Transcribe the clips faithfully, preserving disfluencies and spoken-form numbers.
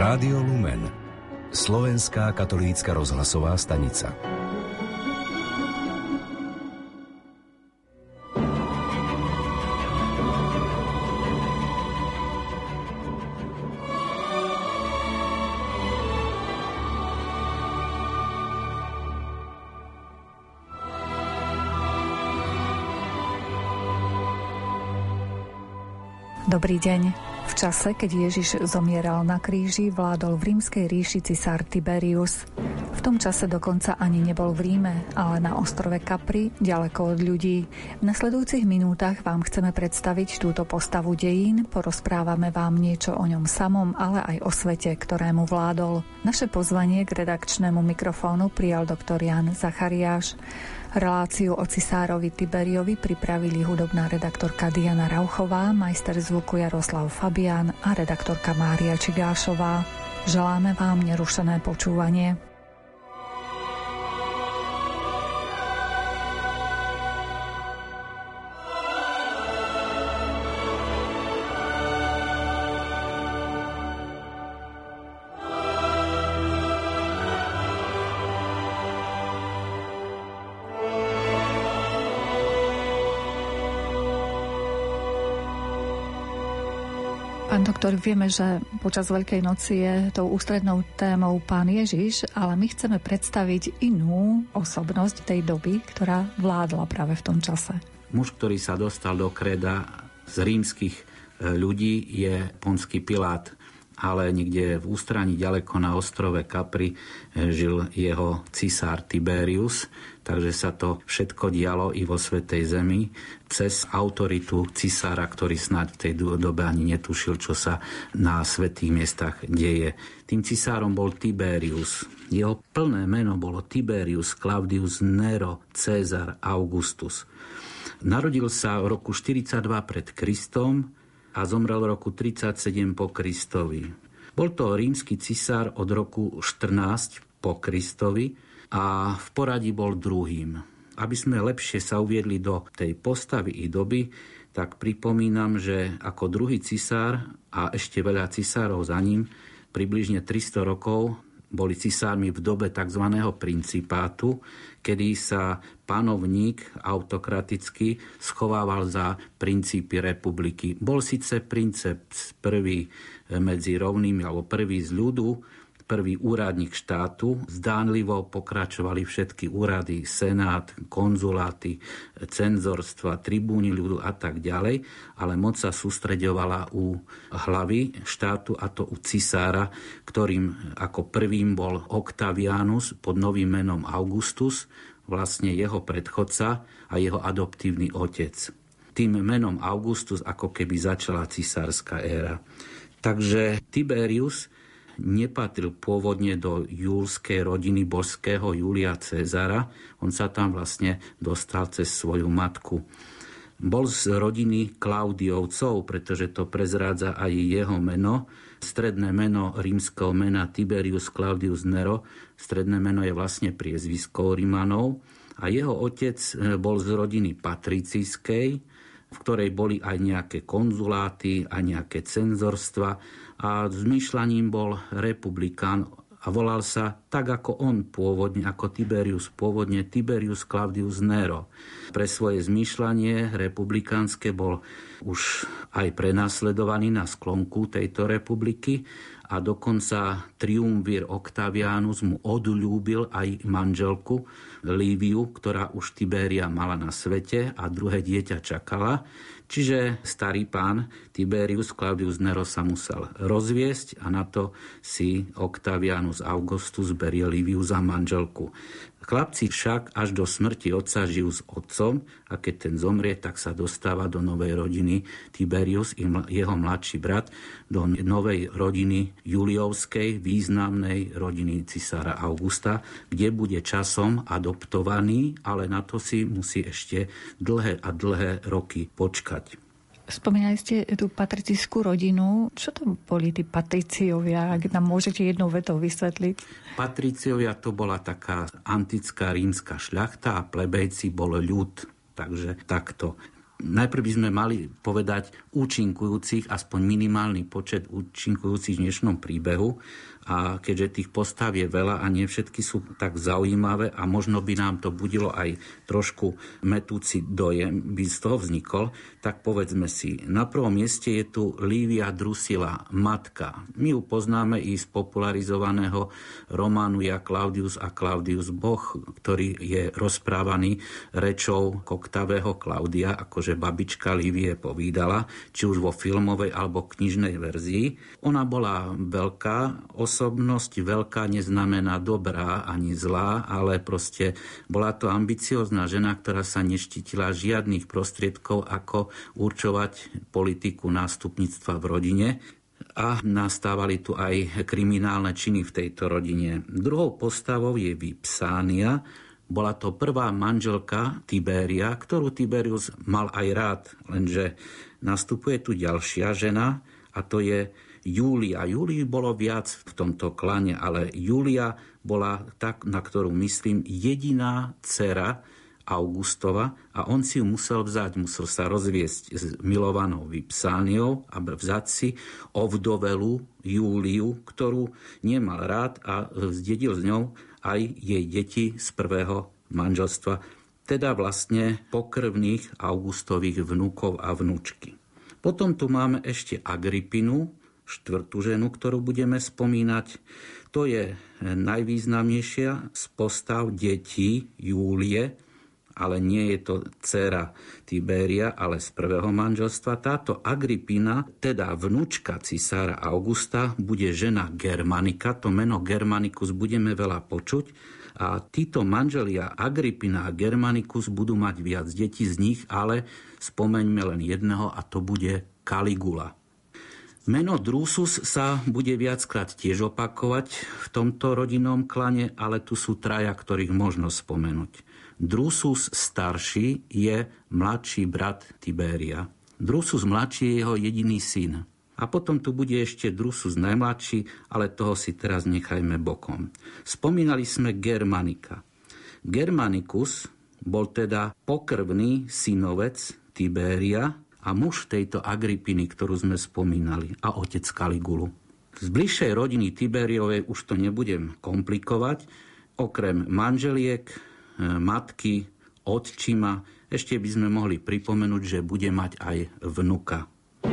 Rádio Lumen, slovenská katolícka rozhlasová stanica. Dobrý deň. V čase, keď Ježiš zomieral na kríži, vládol v rímskej ríši cisár Tiberius. V tom čase dokonca ani nebol v Ríme, ale na ostrove Capri, ďaleko od ľudí. V nasledujúcich minútach vám chceme predstaviť túto postavu dejín, porozprávame vám niečo o ňom samom, ale aj o svete, ktorému vládol. Naše pozvanie k redakčnému mikrofónu prijal doktor Ján Zachariáš. Reláciu o cisárovi Tiberiovi pripravili hudobná redaktorka Diana Rauchová, majster zvuku Jaroslav Fabián a redaktorka Mária Čigášová. Želáme vám nerušené počúvanie. Pán doktor, vieme, že počas Veľkej noci je tou ústrednou témou Pán Ježiš, ale my chceme predstaviť inú osobnosť tej doby, ktorá vládla práve v tom čase. Muž, ktorý sa dostal do kréda z rímskych ľudí, je Ponský Pilát, ale niekde v ústraní ďaleko na ostrove Capri žil jeho cisár Tiberius, takže sa to všetko dialo i vo Svätej Zemi cez autoritu cisára, ktorý snáď v tej dobe ani netušil, čo sa na svätých miestach deje. Tým cisárom bol Tiberius. Jeho plné meno bolo Tiberius Claudius Nero Caesar Augustus. Narodil sa v roku štyridsaťdva pred Kristom a zomrel v roku tridsaťsedem po Kristovi. Bol to rímsky cisár od roku štrnásť po Kristovi a v poradí bol druhým. Aby sme lepšie sa uviedli do tej postavy i doby, tak pripomínam, že ako druhý cisár a ešte veľa cisárov za ním, približne tristo rokov, boli cisármi v dobe tzv. Principátu, kedy sa panovník autokraticky schovával za princípy republiky. Bol síce princeps prvý medzi rovnými, alebo prvý z ľudu, prvý úradník štátu. Zdánlivo pokračovali všetky úrady, senát, konzuláty, cenzorstva, tribúny ľudu a tak ďalej, ale moc sa sústreďovala u hlavy štátu, a to u cisára, ktorým ako prvým bol Octavianus pod novým menom Augustus, vlastne jeho predchodca a jeho adoptívny otec. Tým menom Augustus ako keby začala cisárska éra. Takže Tiberius nepatril pôvodne do júlskej rodiny božského Julia Cezara. On sa tam vlastne dostal cez svoju matku. Bol z rodiny Klaudiovcov, pretože to prezrádza aj jeho meno. Stredné meno rímskeho mena Tiberius Claudius Nero. Stredné meno je vlastne priezviskou Rimanov. A jeho otec bol z rodiny patricijskej, v ktorej boli aj nejaké konzuláty a nejaké cenzorstva, a zmýšľaním bol republikán a volal sa tak ako on pôvodne, ako Tiberius pôvodne, Tiberius Claudius Nero. Pre svoje zmýšľanie republikánske bol už aj prenasledovaný na sklonku tejto republiky a dokonca triumvír Octavianus mu odľúbil aj manželku Líviu, ktorá už Tiberia mala na svete a druhé dieťa čakala. Čiže starý pán Tiberius Claudius Nero sa musel rozviesť a na to si Octavianus Augustus berie Líviu za manželku. Chlapci však až do smrti otca žijú s otcom a keď ten zomrie, tak sa dostáva do novej rodiny Tiberius i jeho mladší brat do novej rodiny Juliovskej, významnej rodiny cisára Augusta, kde bude časom adoptovaný, ale na to si musí ešte dlhé a dlhé roky počkať. Spomínali ste tú patricijskú rodinu. Čo to boli tí patriciovia? Ak nám môžete jednou vetou vysvetliť. Patriciovia to bola taká antická rímska šľachta a plebejci bol ľud. Takže takto. najprv by sme mali povedať účinkujúcich, aspoň minimálny počet účinkujúcich v dnešnom príbehu. A keďže tých postav je veľa a nie všetky sú tak zaujímavé a možno by nám to budilo aj trošku metúci dojem, by z toho vznikol, tak povedzme si, na prvom mieste je tu Lívia Drusila, matka. My ju poznáme i z popularizovaného románu Ja Claudius a Claudius Boh, ktorý je rozprávaný rečou koktavého Klaudia, akože babička Lívie povídala, či už vo filmovej alebo knižnej verzii. Ona bola veľká osobnosť, veľká neznamená dobrá ani zlá, ale proste bola to ambiciózna žena, ktorá sa neštítila žiadnych prostriedkov, ako určovať politiku nástupníctva v rodine. A nastávali tu aj kriminálne činy v tejto rodine. Druhou postavou je Vipsánia. Bola to prvá manželka Tiberia, ktorú Tiberius mal aj rád, lenže nastupuje tu ďalšia žena a to je Júlia. Júlii bolo viac v tomto klane, ale Júlia bola tak, na ktorú myslím, jediná dcera Augustova a on si ju musel vzať, musel sa rozviesť s milovanou Vipsániou a vzať si ovdovelú Júliu, ktorú nemal rád a zdedil z ňou aj jej deti z prvého manželstva, teda vlastne pokrvných Augustových vnúkov a vnúčky. Potom tu máme ešte Agripinu, štvrtú ženu, ktorú budeme spomínať. To je najvýznamnejšia z postav detí Júlie, ale nie je to dcéra Tiberia, ale z prvého manželstva. Táto Agripina, teda vnúčka cisára Augusta, bude žena Germanika. To meno Germanicus budeme veľa počuť. A títo manželia Agripina a Germanicus budú mať viac detí z nich, ale spomeňme len jedného a to bude Caligula. Meno Drusus sa bude viackrát tiež opakovať v tomto rodinnom klane, ale tu sú traja, ktorých možno spomenúť. Drusus starší je mladší brat Tiberia. Drusus mladší je jeho jediný syn. A potom tu bude ešte Drusus najmladší, ale toho si teraz nechajme bokom. Spomínali sme Germanika. Germanicus bol teda pokrvný synovec Tiberia a muž tejto Agripiny, ktorú sme spomínali, a otec Caligulu. Z bližšej rodiny Tiberiovej už to nebudem komplikovať. Okrem manželiek, matky, otčima, ešte by sme mohli pripomenúť, že bude mať aj vnuka.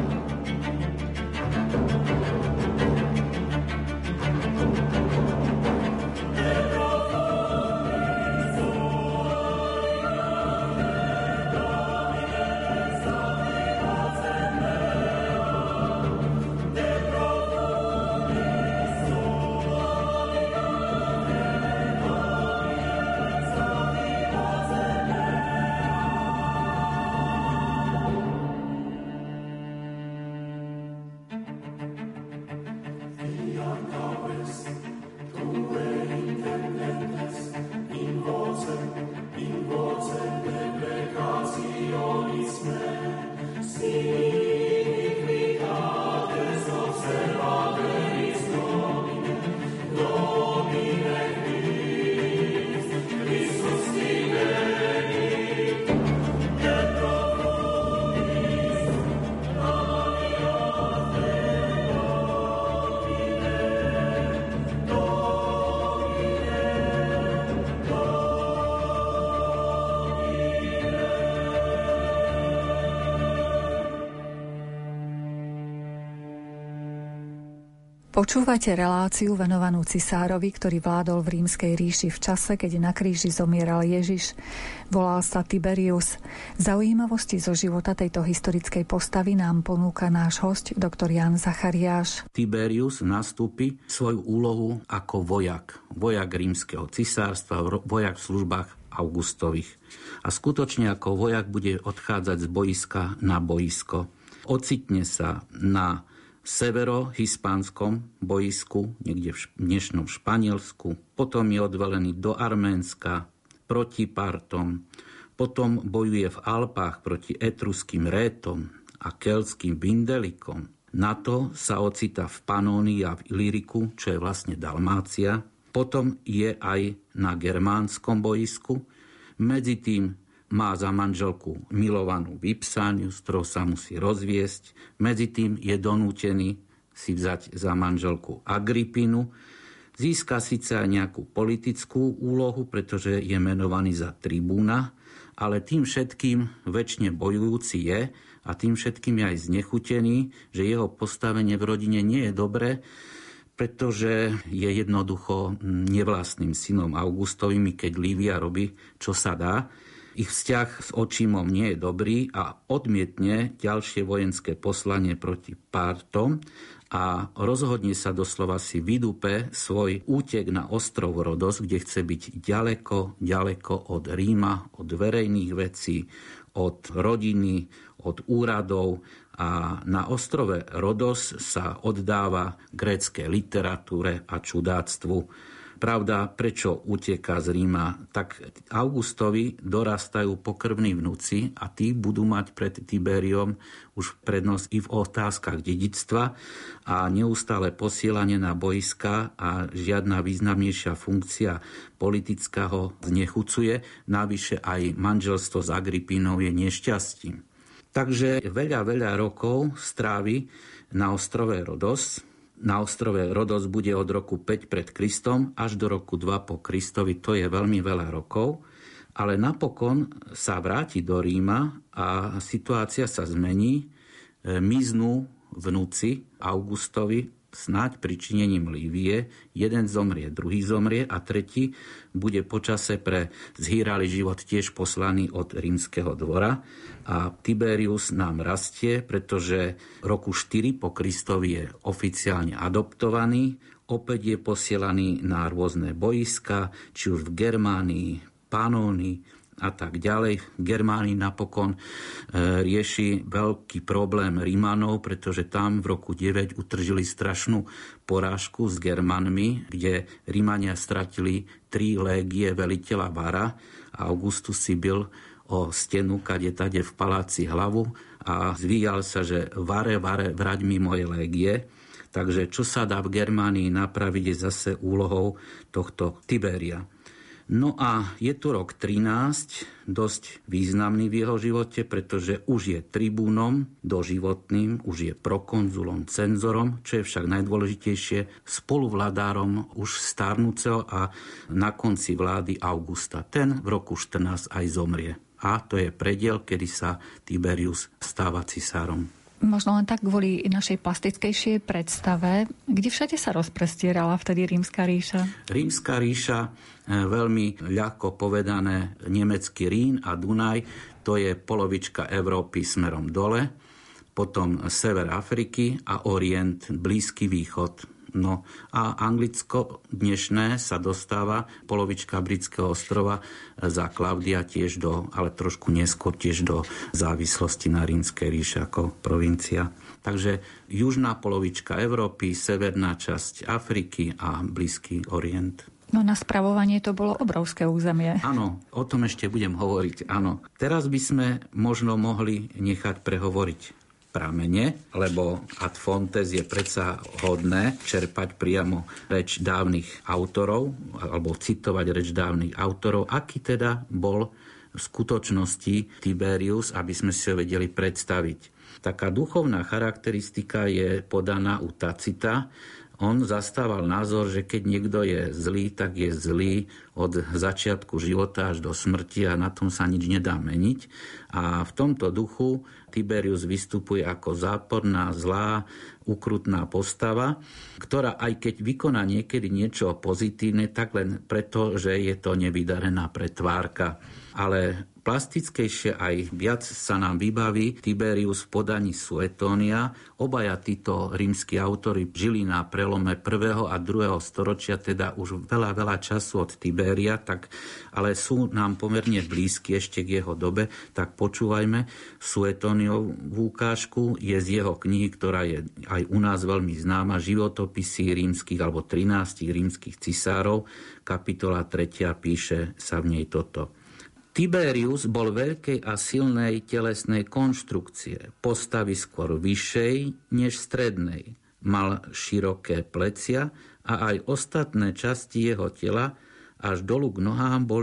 Počúvate reláciu venovanú cisárovi, ktorý vládol v Rímskej ríši v čase, keď na kríži zomieral Ježiš. Volal sa Tiberius. Zaujímavosti zo života tejto historickej postavy nám ponúka náš hosť, doktor Ján Zachariáš. Tiberius nastúpi svoju úlohu ako vojak. Vojak rímskeho cisárstva, vojak v službách Augustových. A skutočne ako vojak bude odchádzať z boiska na boisko. Ocitne sa na severohispánskom boisku, niekde v dnešnom Španielsku, potom je odvelený do Arménska proti Partom, potom bojuje v Alpách proti etruským Rétom a keľským Vindelikom. Na to sa ocitá v Panónii a v Ilíriku, čo je vlastne Dalmácia. Potom je aj na germánskom boisku, medzi tým má za manželku milovanú Vipsániu, s ktorou sa musí rozviesť. Medzi tým je donútený si vzať za manželku Agripinu. Získa síce aj nejakú politickú úlohu, pretože je menovaný za tribúna, ale tým všetkým väčšine bojujúci je a tým všetkým je aj znechutený, že jeho postavenie v rodine nie je dobré, pretože je jednoducho nevlastným synom Augustovým, keď Lívia robí, čo sa dá. Ich vzťah s očímom nie je dobrý a odmietne ďalšie vojenské poslanie proti Partom a rozhodne sa doslova si vydúpe svoj útek na ostrov Rodos, kde chce byť ďaleko, ďaleko od Ríma, od verejných vecí, od rodiny, od úradov. A na ostrove Rodos sa oddáva gréckej literatúre a čudáctvu. Pravda, prečo uteká z Ríma? Tak Augustovi dorastajú pokrvní vnúci a tí budú mať pred Tiberiom už prednosť i v otázkach dedičstva a neustále posielanie na boiska a žiadna významnejšia funkcia politická ho znechucuje. Navyše aj manželstvo s Agripínou je nešťastím. Takže veľa, veľa rokov strávi na ostrove Rodos. Na ostrove Rodos bude od roku päť pred Kristom až do roku dva po Kristovi. To je veľmi veľa rokov. Ale napokon sa vráti do Ríma a situácia sa zmení. Miznú vnúci Augustovi snáď pričinením Lívie. Jeden zomrie, druhý zomrie a tretí bude počase pre zhýralý život tiež poslaný od rímskeho dvora. A Tiberius nám rastie, pretože roku štyri po Kristovi je oficiálne adoptovaný, opäť je posielaný na rôzne boiska, či už v Germánii, Panónii a tak ďalej. V Germánii napokon e, rieši veľký problém Rímanov, pretože tam v roku deväť utržili strašnú porážku s Germanmi, kde Rímania stratili tri légie veliteľa Vara a Augustus si bil o stenu kade tade v paláci hlavu a zvíjal sa, že Vare, Vare, vrať mi moje légie. Takže čo sa dá v Germánii napraviť je zase úlohou tohto Tiberia. No a je tu rok trinásť, dosť významný v jeho živote, pretože už je tribúnom doživotným, už je prokonzulom, cenzorom, čo je však najdôležitejšie, spoluvladárom už starnúceho a na konci vlády Augusta. Ten v roku štrnásť aj zomrie. A to je prediel, kedy sa Tiberius stáva cisárom. Možno len tak kvôli našej plastickejšej predstave, kde všade sa rozprestierala vtedy Rímska ríša? Rímska ríša, veľmi ľahko povedané, nemecký Rín a Dunaj, to je polovička Európy smerom dole, potom sever Afriky a Orient, Blízky východ. No a Anglicko dnešné sa dostáva, polovička britského ostrova za Klaudia tiež do, ale trošku neskôr tiež do závislosti na Rímskej ríše ako provincia. Takže južná polovička Európy, severná časť Afriky a Blízky Orient. No na spravovanie to bolo obrovské územie. Áno, o tom ešte budem hovoriť, áno. Teraz by sme možno mohli nechať prehovoriť pramene, lebo ad fontes je predsa hodné čerpať priamo reč dávnych autorov, alebo citovať reč dávnych autorov, aký teda bol v skutočnosti Tiberius, aby sme si ho vedeli predstaviť. Taká duchovná charakteristika je podaná u Tacita. On zastával názor, že keď niekto je zlý, tak je zlý od začiatku života až do smrti a na tom sa nič nedá meniť. A v tomto duchu Tiberius vystupuje ako záporná, zlá, ukrutná postava, ktorá aj keď vykoná niekedy niečo pozitívne, tak len preto, že je to nevydarená pretvárka. Ale plastickejšie aj viac sa nám vybaví Tiberius v podaní Suetónia. Obaja títo rímski autori žili na prelome prvého a druhého storočia, teda už veľa, veľa času od Tiberia, tak, ale sú nám pomerne blízky ešte k jeho dobe, tak počúvajme Suetóniovú ukážku, je z jeho knihy, ktorá je aj u nás veľmi známa, Životopisy rímskych alebo trinástich rímskych cisárov. Kapitola tretia píše sa v nej toto. Tiberius bol veľkej a silnej telesnej konštrukcie, postavy skôr vyššej než strednej. Mal široké plecia a aj ostatné časti jeho tela až dolu k nohám boli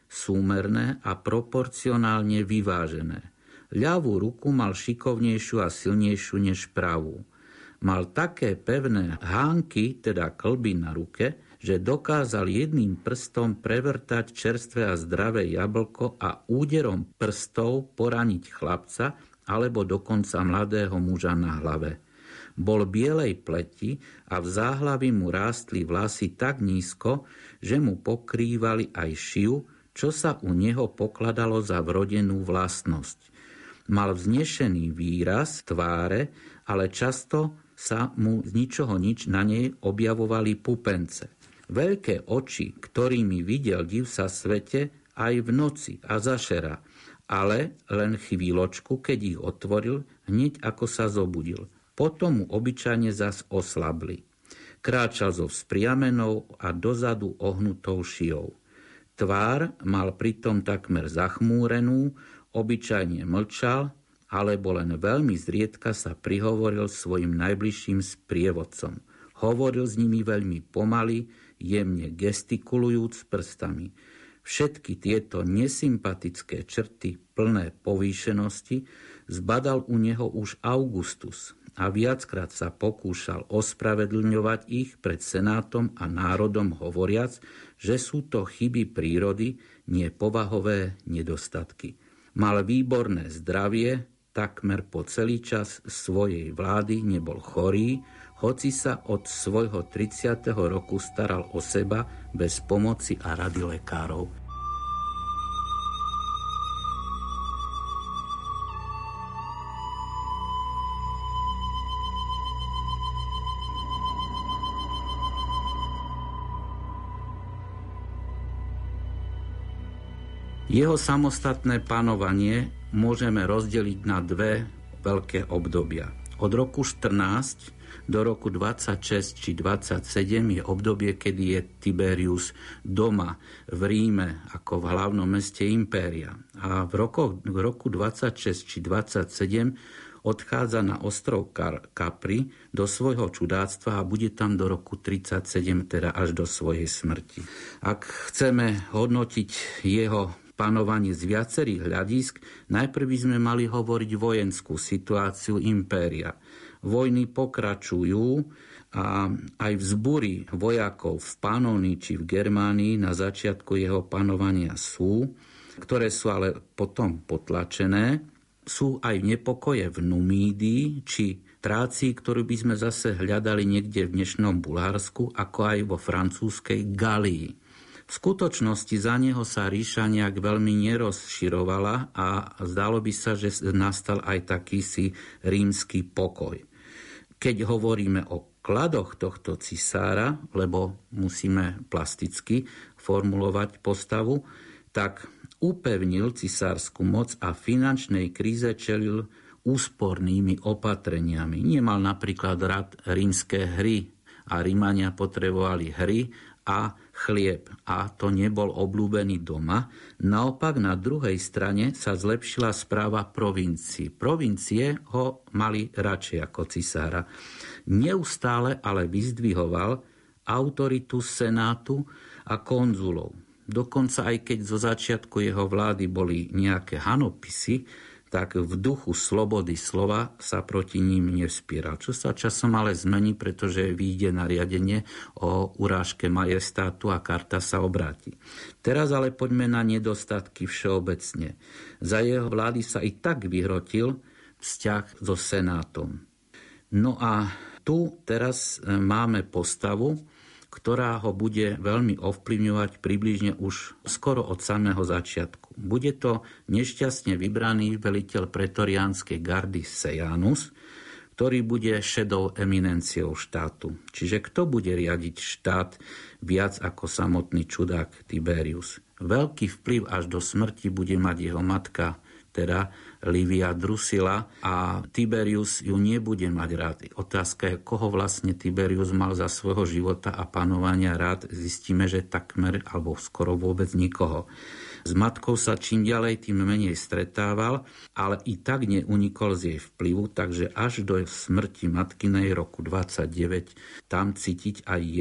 súmerné a proporcionálne vyvážené. Ľavú ruku mal šikovnejšiu a silnejšiu než pravú. Mal také pevné hánky, teda klby na ruke, že dokázal jedným prstom prevrtať čerstvé a zdravé jablko a úderom prstov poraniť chlapca alebo dokonca mladého muža na hlave. Bol bielej pleti a v záhlavi mu rástli vlasy tak nízko, že mu pokrývali aj šiu, čo sa u neho pokladalo za vrodenú vlastnosť. Mal vznešený výraz tváre, ale často sa mu z ničoho nič na nej objavovali pupence. Veľké oči, ktorými videl div sa svete aj v noci a zašera, ale len chvíľočku, keď ich otvoril, hneď ako sa zobudil. Potom mu obyčajne zas oslabli. Kráčal so vzpriamenou a dozadu ohnutou šijou. Tvár mal pritom takmer zachmúrenú, obyčajne mlčal, alebo len veľmi zriedka sa prihovoril svojim najbližším sprievodcom. Hovoril s nimi veľmi pomaly, jemne gestikulujúc prstami. Všetky tieto nesympatické črty plné povýšenosti zbadal u neho už Augustus a viackrát sa pokúšal ospravedlňovať ich pred senátom a národom hovoriac, že sú to chyby prírody, nie povahové nedostatky. Mal výborné zdravie, takmer po celý čas svojej vlády nebol chorý, hoci sa od svojho tridsiateho roku staral o seba bez pomoci a rady lekárov. Jeho samostatné panovanie môžeme rozdeliť na dve veľké obdobia. Od roku štrnásť do roku dvadsaťšesť či dvadsaťsedem je obdobie, kedy je Tiberius doma v Ríme ako v hlavnom meste impéria. A v roku, v roku dvadsaťšesť či dvadsaťsedem odchádza na ostrov Capri do svojho čudáctva a bude tam do roku tridsaťsedem, teda až do svojej smrti. Ak chceme hodnotiť jeho panovanie z viacerých hľadisk, najprv by sme mali hovoriť vojenskú situáciu impéria. Vojny pokračujú a aj vzbury vojakov v Panónii či v Germánii na začiatku jeho panovania sú, ktoré sú ale potom potlačené. Sú aj nepokoje v Numídii či Trácii, ktorú by sme zase hľadali niekde v dnešnom Bulharsku, ako aj vo francúzskej Galii. V skutočnosti za neho sa ríša nejak veľmi nerozširovala a zdalo by sa, že nastal aj takýsi rímsky pokoj. Keď hovoríme o kladoch tohto cisára, lebo musíme plasticky formulovať postavu, tak upevnil cisársku moc a finančnej kríze čelil úspornými opatreniami. Nemal napríklad rád rímske hry a Rímania potrebovali hry a chlieb. A to nebol obľúbený doma. Naopak na druhej strane sa zlepšila správa provincií. Provincie ho mali radšej ako cisára. Neustále ale vyzdvihoval autoritu senátu a konzulov. Dokonca aj keď zo začiatku jeho vlády boli nejaké hanopisy, tak v duchu slobody slova sa proti ním nevspieral. Čo sa časom ale zmení, pretože vyjde nariadenie o urážke majestátu a karta sa obráti. Teraz ale poďme na nedostatky všeobecne. Za jeho vlády sa i tak vyhrotil vzťah so senátom. No a tu teraz máme postavu, ktorá ho bude veľmi ovplyvňovať približne už skoro od samého začiatku. Bude to nešťastne vybraný veliteľ pretoriánskej gardy Sejanus, ktorý bude šedou eminenciou štátu. Čiže kto bude riadiť štát viac ako samotný čudák Tiberius? Veľký vplyv až do smrti bude mať jeho matka, teda Livia Drusilla, a Tiberius ju nebude mať rád. Otázka je, koho vlastne Tiberius mal za svojho života a panovania rád. Zistíme, že takmer alebo skoro vôbec nikoho. S matkou sa čím ďalej, tým menej stretával, ale i tak neunikol z jej vplyvu, takže až do smrti matkinej roku dvadsaťdeväť tam cítiť aj jej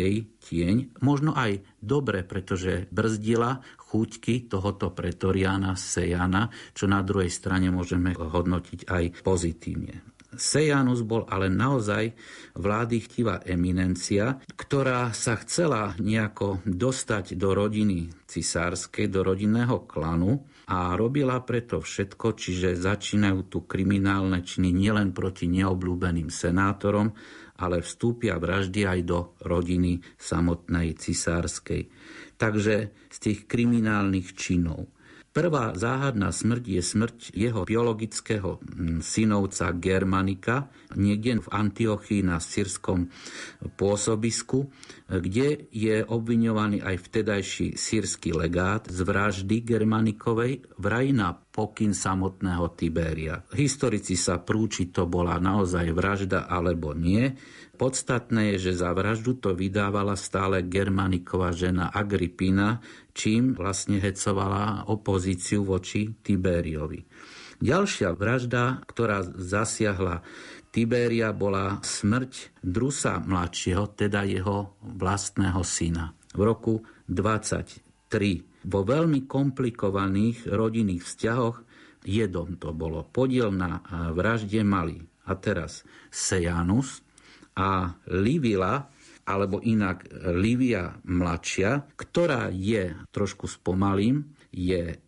tieň, možno aj dobre, pretože brzdila chúťky tohoto pretoriána Sejana, čo na druhej strane môžeme hodnotiť aj pozitívne. Sejanus bol ale naozaj vládychtivá eminencia, ktorá sa chcela nejako dostať do rodiny cisárskej, do rodinného klanu a robila preto všetko, čiže začínajú tu kriminálne činy nielen proti neobľúbeným senátorom, ale vstúpia vraždy aj do rodiny samotnej cisárskej. Takže z tých kriminálnych činov. Prvá záhadná smrť je smrť jeho biologického synovca Germanika, niekde v Antiochii na syrskom pôsobisku, kde je obviňovaný aj vtedajší sírsky legát z vraždy Germanikovej vraj na pokyn samotného Tiberia. Historici sa prú, či to bola naozaj vražda alebo nie. Podstatné je, že za vraždu to vydávala stále Germanikova žena Agrippina, čím vlastne hecovala opozíciu voči Tiberiovi. Ďalšia vražda, ktorá zasiahla Tiberia, bola smrť Drusa mladšieho, teda jeho vlastného syna. V roku dvadsaťtri. Vo veľmi komplikovaných rodinných vzťahoch jedom to bolo. Podiel na vražde mali. A teraz Sejanus a Livila, alebo inak Livia mladšia, ktorá je, trošku spomalím, je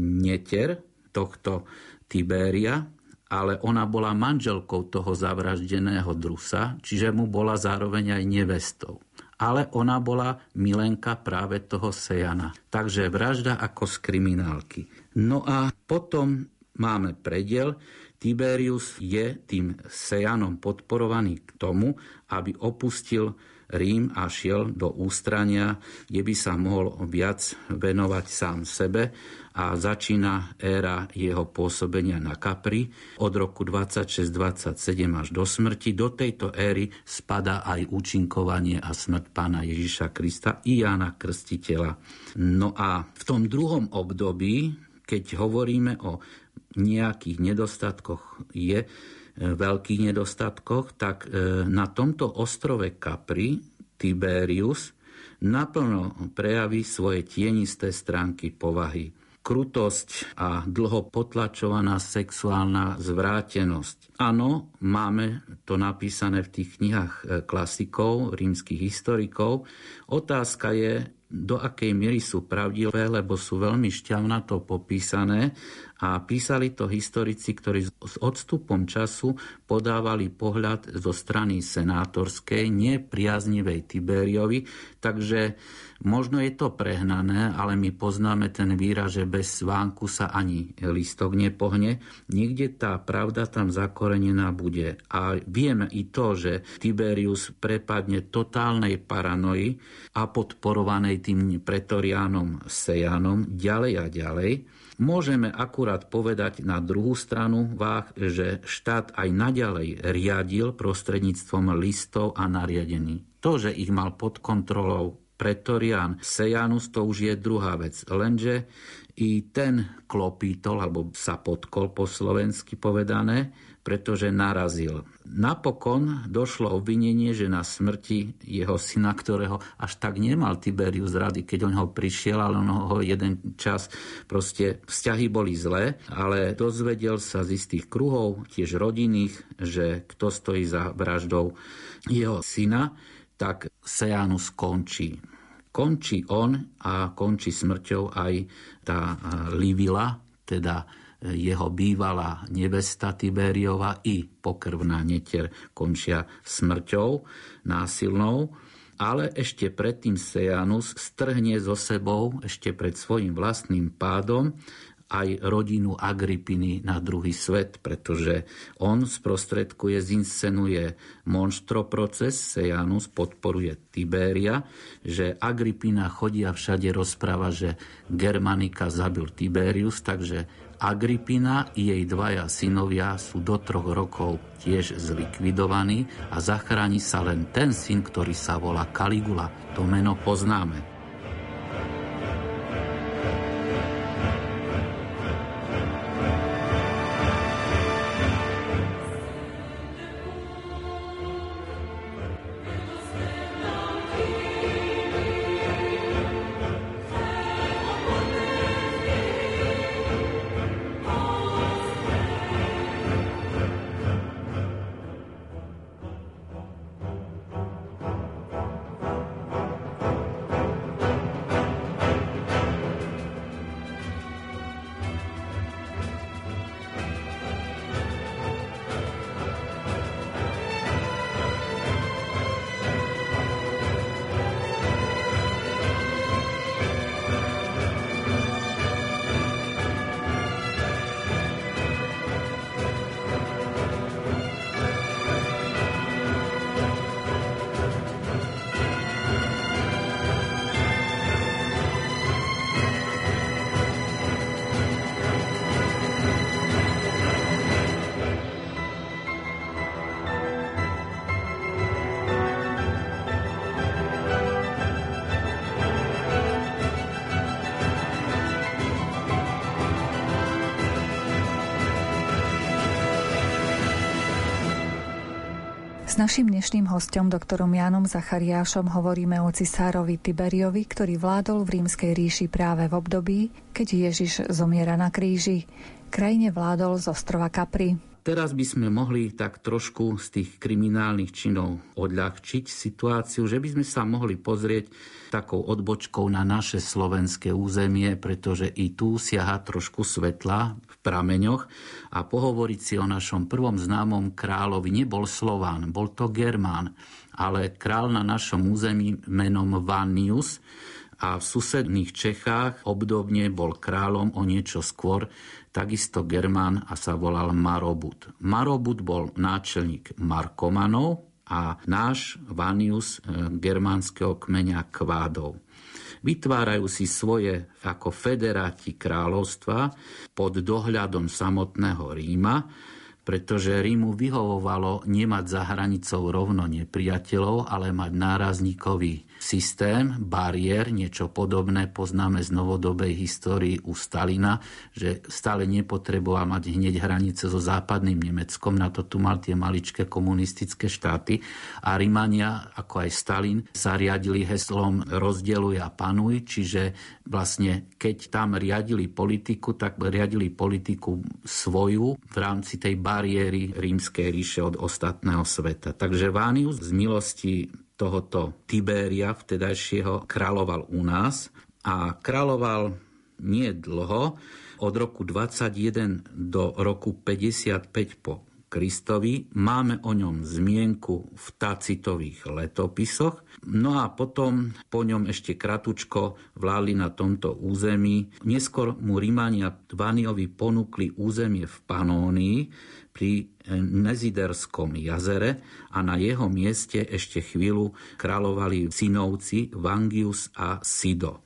neter tohto Tiberia, ale ona bola manželkou toho zavraždeného Drusa, čiže mu bola zároveň aj nevestou. Ale ona bola milenka práve toho Sejana. Takže vražda ako z kriminálky. No a potom máme prediel. Tiberius je tým Sejanom podporovaný k tomu, aby opustil Rím a šiel do ústrania, kde by sa mohol viac venovať sám sebe, a začína éra jeho pôsobenia na Capri od roku dvadsaťšesť dvadsaťsedem až do smrti. Do tejto éry spadá aj účinkovanie a smrť pána Ježiša Krista i Jána Krstiteľa. No a v tom druhom období, keď hovoríme o nejakých nedostatkoch, je veľkých nedostatkoch, tak na tomto ostrove Capri Tiberius naplno prejaví svoje tienisté stránky povahy. Krutosť a dlho potlačovaná sexuálna zvrátenosť. Áno, máme to napísané v tých knihách klasikov, rímskych historikov. Otázka je, do akej miery sú pravdivé, lebo sú veľmi šťavnato popísané a písali to historici, ktorí s odstupom času podávali pohľad zo strany senátorskej, nepriaznivej Tiberiovi, takže možno je to prehnané, ale my poznáme ten výraz, že bez svánku sa ani listok nepohne. Niekde tá pravda tam zakorenená bude. A vieme i to, že Tiberius prepadne totálnej paranoji a podporovanej tým pretoriánom Sejanom ďalej a ďalej. Môžeme akurát povedať na druhú stranu váh, že štát aj naďalej riadil prostredníctvom listov a nariadení. To, že ich mal pod kontrolou pretorián Sejanus, to už je druhá vec. Lenže i ten klopítol, alebo sa podkol po slovensky povedané, pretože narazil. Napokon došlo obvinenie, že na smrti jeho syna, ktorého až tak nemal Tiberius rady, keď on ho prišiel, ale on ho jeden čas, proste vzťahy boli zlé, ale dozvedel sa z istých kruhov, tiež rodinných, že kto stojí za vraždou jeho syna, tak Sejanus končí. Končí on a končí smrťou aj tá Livila, teda jeho bývalá nevesta Tiberiova i pokrvná netier končia smrťou násilnou, ale ešte predtým Sejanus strhne so sebou ešte pred svojím vlastným pádom aj rodinu Agrippiny na druhý svet, pretože on sprostredkuje, zinscenuje monštroproces, Sejanus podporuje Tiberia, že Agrippina chodí a všade rozpráva, že Germanika zabil Tiberius, takže Agrippina i jej dvaja synovia sú do troch rokov tiež zlikvidovaní a zachráni sa len ten syn, ktorý sa volá Caligula. To meno poznáme. S naším dnešným hostom, doktorom Jánom Zachariášom, hovoríme o cisárovi Tiberiovi, ktorý vládol v Rímskej ríši práve v období, keď Ježiš zomiera na kríži. Krajine vládol z ostrova Capri. Teraz by sme mohli tak trošku z tých kriminálnych činov odľahčiť situáciu, že by sme sa mohli pozrieť takou odbočkou na naše slovenské územie, pretože i tu siaha trošku svetla v prameňoch a pohovoriť si o našom prvom známom kráľovi. Nebol Slován, bol to Germán, ale kráľ na našom území menom Vannius a v susedných Čechách obdobne bol kráľom o niečo skôr takisto Germán a sa volal Marobud. Marobud bol náčelník Markomanov a náš Vannius germánskeho kmeňa Kvádov. Vytvárajú si svoje ako federáti kráľovstva pod dohľadom samotného Ríma, pretože Rímu vyhovovalo nemať za hranicou rovno nepriateľov, ale mať nárazníkový systém, bariér, niečo podobné poznáme z novodobej histórii u Stalina, že stále nepotreboval mať hneď hranice so západným Nemeckom, na to tu mal tie maličké komunistické štáty a Rímania, ako aj Stalin, sa riadili heslom rozdeľuj a panuj, čiže vlastne keď tam riadili politiku, tak riadili politiku svoju v rámci tej bariéry Rímskej ríše od ostatného sveta. Takže Vannius z milosti tohoto Tiberia, vtedajšieho, kráľoval u nás a kráľoval nie dlho, od roku dvadsaťjeden do roku päťdesiatpäť po Kristovi. Máme o ňom zmienku v Tacitových letopisoch. No a potom po ňom ešte kratučko vládli na tomto území. Neskôr mu Rímania Vanniovi ponúkli územie v Panónii pri Neziderskom jazere a na jeho mieste ešte chvíľu kráľovali synovci Vangius a Sido.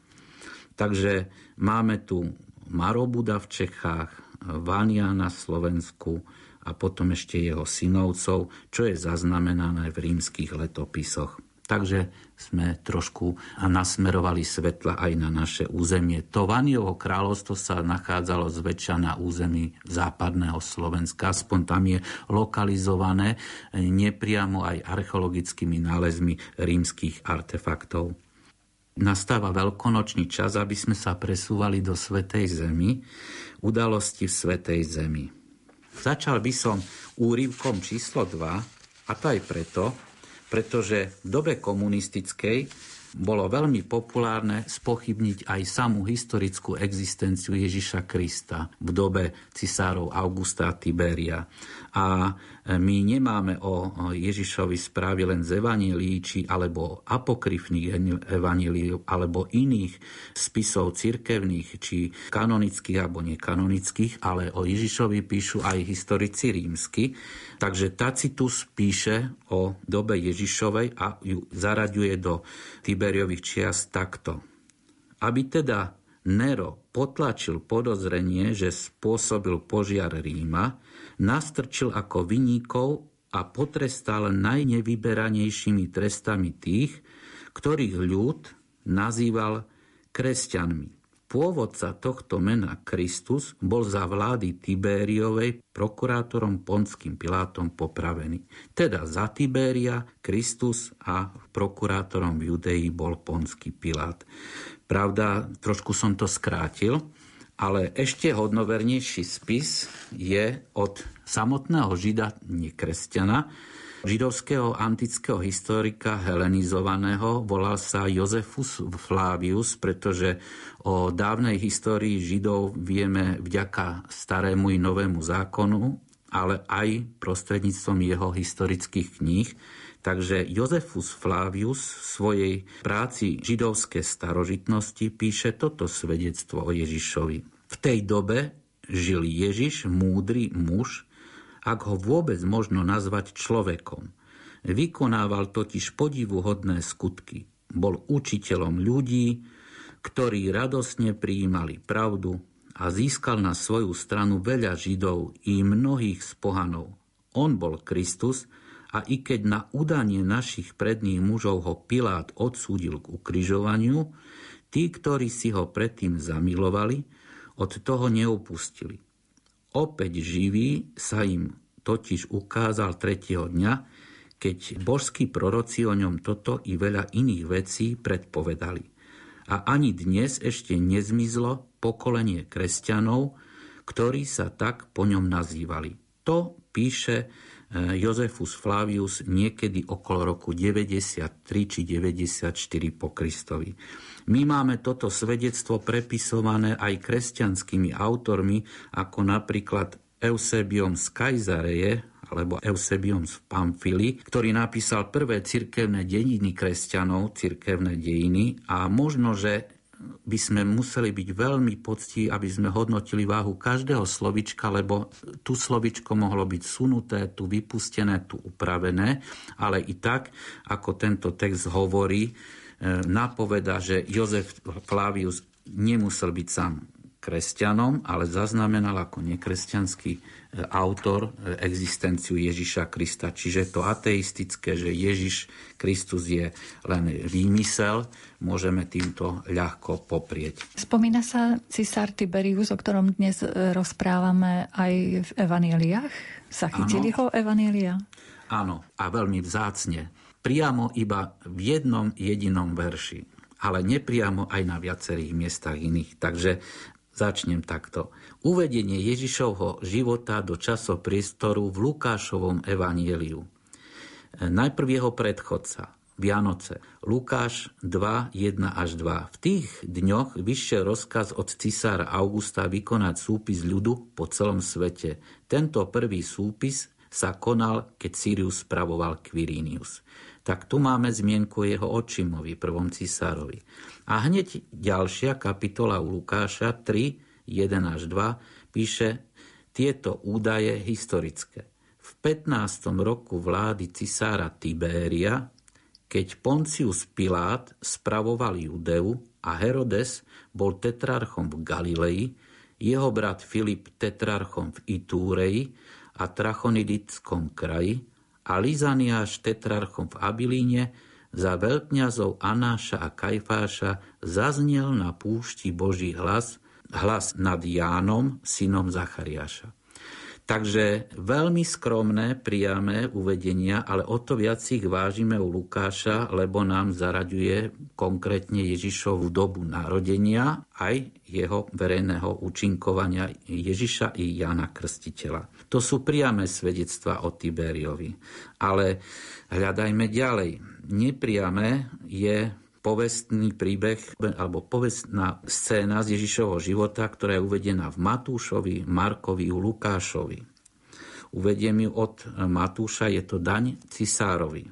Takže máme tu Marobuda v Čechách, Vania na Slovensku a potom ešte jeho synovcov, čo je zaznamenané v rímskych letopisoch. Takže sme trošku nasmerovali svetla aj na naše územie. To Vanniovo kráľovstvo sa nachádzalo zväčša na území západného Slovenska, aspoň tam je lokalizované nepriamo aj archeologickými nálezmi rímskych artefaktov. Nastáva veľkonočný čas, aby sme sa presúvali do Svätej Zemi, udalosti v Svätej Zemi. Začal by som úryvkom číslo dva, a to aj preto, pretože v dobe komunistickej bolo veľmi populárne spochybniť aj samú historickú existenciu Ježiša Krista v dobe cisárov Augusta a Tiberia. A my nemáme o Ježišovi správy len z evanjelií, či alebo apokryfných evanjelií, alebo iných spisov cirkevných, či kanonických alebo nekanonických, ale o Ježišovi píšu aj historici rímsky. Takže Tacitus píše o dobe Ježišovej a ju zaraďuje do Tiberiových čias takto. Aby teda Nero potlačil podozrenie, že spôsobil požiar Ríma, nastrčil ako vinníkov a potrestal najnevyberanejšími trestami tých, ktorých ľud nazýval kresťanmi. Pôvodca tohto mena Kristus bol za vlády Tibériovej prokurátorom Pontským Pilátom popravený. Teda za Tiberia Kristus a prokurátorom v Judei bol Pontský Pilát. Pravda, trošku som to skrátil, ale ešte hodnovernejší spis je od samotného Žida, nekresťana, židovského antického historika helenizovaného, volal sa Josephus Flavius, pretože o dávnej histórii Židov vieme vďaka starému i novému zákonu, ale aj prostredníctvom jeho historických kníh. Takže Josephus Flavius v svojej práci Židovské starožitnosti píše toto svedectvo o Ježišovi. V tej dobe žil Ježiš, múdry muž, ak ho vôbec možno nazvať človekom. Vykonával totiž podivuhodné skutky. Bol učiteľom ľudí, ktorí radosne prijímali pravdu a získal na svoju stranu veľa Židov i mnohých z pohanov. On bol Kristus a i keď na udanie našich predných mužov ho Pilát odsúdil k ukrižovaniu, tí, ktorí si ho predtým zamilovali, od toho neupustili. Opäť živý sa im totiž ukázal tretieho dňa, keď božskí proroci o ňom toto i veľa iných vecí predpovedali. A ani dnes ešte nezmizlo pokolenie kresťanov, ktorí sa tak po ňom nazývali. To píše Jozefus Flavius niekedy okolo roku deväťdesiattri či deväťdesiatštyri po Kristovi. My máme toto svedectvo prepisované aj kresťanskými autormi, ako napríklad Eusebiom z Kajzareje, alebo Eusebiom z Pamfily, ktorý napísal prvé cirkevné dejiny kresťanov, cirkevné dejiny, a možno, že by sme museli byť veľmi poctiví, aby sme hodnotili váhu každého slovička, lebo tu slovičko mohlo byť sunuté, tu vypustené, tu upravené, ale i tak, ako tento text hovorí, napoveda, že Jozef Flavius nemusel byť sám kresťanom, ale zaznamenal ako nekresťanský autor existenciu Ježiša Krista. Čiže to ateistické, že Ježiš Kristus je len výmysel, môžeme týmto ľahko poprieť. Spomína sa cisár Tiberius, o ktorom dnes rozprávame aj v evanjeliách? Zachytili ho evanjelia? Áno, a veľmi vzácne. Priamo iba v jednom jedinom verši, ale nepriamo aj na viacerých miestach iných. Takže začnem takto. Uvedenie Ježišovho života do časopriestoru v Lukášovom evanjeliu. Najprv jeho predchodca, Vianoce. Lukáš dva, jeden až dva. V tých dňoch vyšiel rozkaz od cisára Augusta vykonať súpis ľudu po celom svete. Tento prvý súpis sa konal, keď Sirius spravoval Quirinius. Tak tu máme zmienku jeho očimovi, prvom cisárovi. A hneď ďalšia kapitola u Lukáša tri, jeden až dva píše tieto údaje historické. V pätnástom roku vlády cisára Tibéria, keď Poncius Pilát spravoval Judeu a Herodes bol tetrarchom v Galilei, jeho brat Filip tetrarchom v Itúreji a Trachonidickom kraji a Lizaniáš tetrarchom v Abilíne, za veľkňazov Anáša a Kajfáša zaznel na púšti Boží hlas, hlas nad Jánom, synom Zachariáša. Takže veľmi skromné, priame uvedenia, ale o to viac ich vážime u Lukáša, lebo nám zaraďuje konkrétne Ježišovu dobu narodenia, aj jeho verejného účinkovania Ježiša i Jána Krstiteľa. To sú priame svedectvá o Tiberiovi. Ale hľadajme ďalej. Nepriame je povestný príbeh alebo povestná scéna z Ježišovho života, ktorá je uvedená v Matúšovi, Markovi, u Lukášovi. Uvediem ju od Matúša, je to daň cisárovi.